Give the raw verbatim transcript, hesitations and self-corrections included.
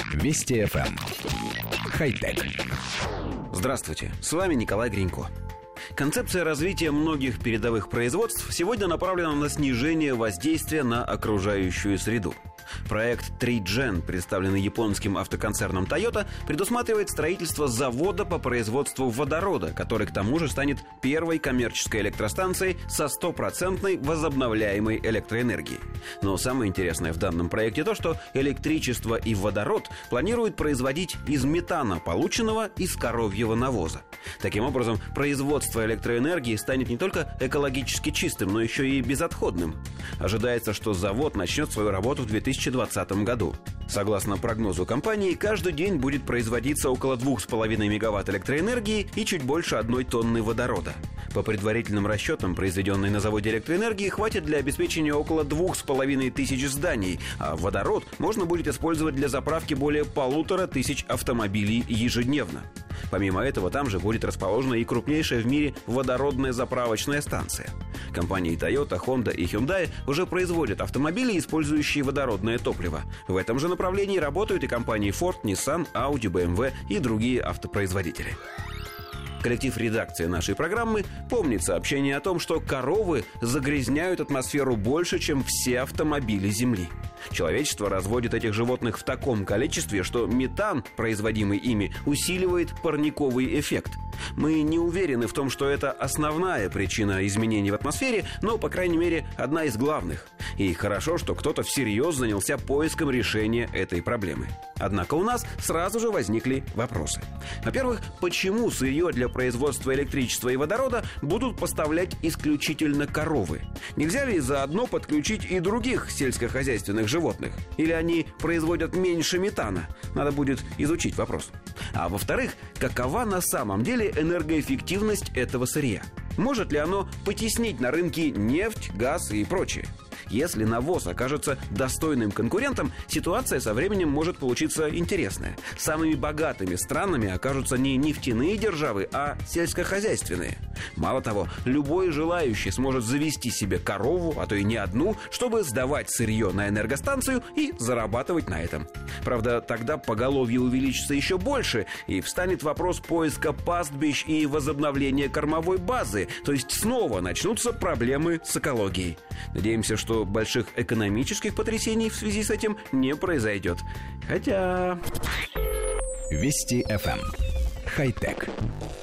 Вести эф эм. Хай-тек. Здравствуйте, с вами Николай Гринько. Концепция развития многих передовых производств сегодня направлена на снижение воздействия на окружающую среду. Проект три джен, представленный японским автоконцерном Toyota, предусматривает строительство завода по производству водорода, который к тому же станет первой коммерческой электростанцией со стопроцентной возобновляемой электроэнергией. Но самое интересное в данном проекте то, что электричество и водород планируют производить из метана, полученного из коровьего навоза. Таким образом, производство электроэнергии станет не только экологически чистым, но еще и безотходным. Ожидается, что завод начнет свою работу в две тысячи двадцатом году. Согласно прогнозу компании, каждый день будет производиться около двух с половиной мегаватт электроэнергии и чуть больше одной тонны водорода. По предварительным расчетам, произведенной на заводе электроэнергии хватит для обеспечения около двух с половиной тысяч зданий, а водород можно будет использовать для заправки более полутора тысяч автомобилей ежедневно. Помимо этого, там же будет расположена и крупнейшая в мире водородная заправочная станция. Компании Toyota, Honda и Hyundai уже производят автомобили, использующие водородное топливо. В этом же направлении работают и компании Ford, Nissan, Audi, бэ эм вэ и другие автопроизводители. Коллектив редакции нашей программы помнит сообщение о том, что коровы загрязняют атмосферу больше, чем все автомобили Земли. Человечество разводит этих животных в таком количестве, что метан, производимый ими, усиливает парниковый эффект. Мы не уверены в том, что это основная причина изменений в атмосфере, но, по крайней мере, одна из главных. И хорошо, что кто-то всерьез занялся поиском решения этой проблемы. Однако у нас сразу же возникли вопросы. Во-первых, почему сырье для производства электричества и водорода будут поставлять исключительно коровы? Нельзя ли заодно подключить и других сельскохозяйственных животных? Или они производят меньше метана? Надо будет изучить вопрос. А во-вторых, какова на самом деле энергоэффективность этого сырья? Может ли оно потеснить на рынке нефть, газ и прочее? Если навоз окажется достойным конкурентом, ситуация со временем может получиться интересная. Самыми богатыми странами окажутся не нефтяные державы, а сельскохозяйственные. Мало того, любой желающий сможет завести себе корову, а то и не одну, чтобы сдавать сырье на энергостанцию и зарабатывать на этом. Правда, тогда поголовье увеличится еще больше, и встанет вопрос поиска пастбищ и возобновления кормовой базы, то есть снова начнутся проблемы с экологией. Надеемся, что больших экономических потрясений в связи с этим не произойдет. Хотя... Вести эф эм. Хай-тек.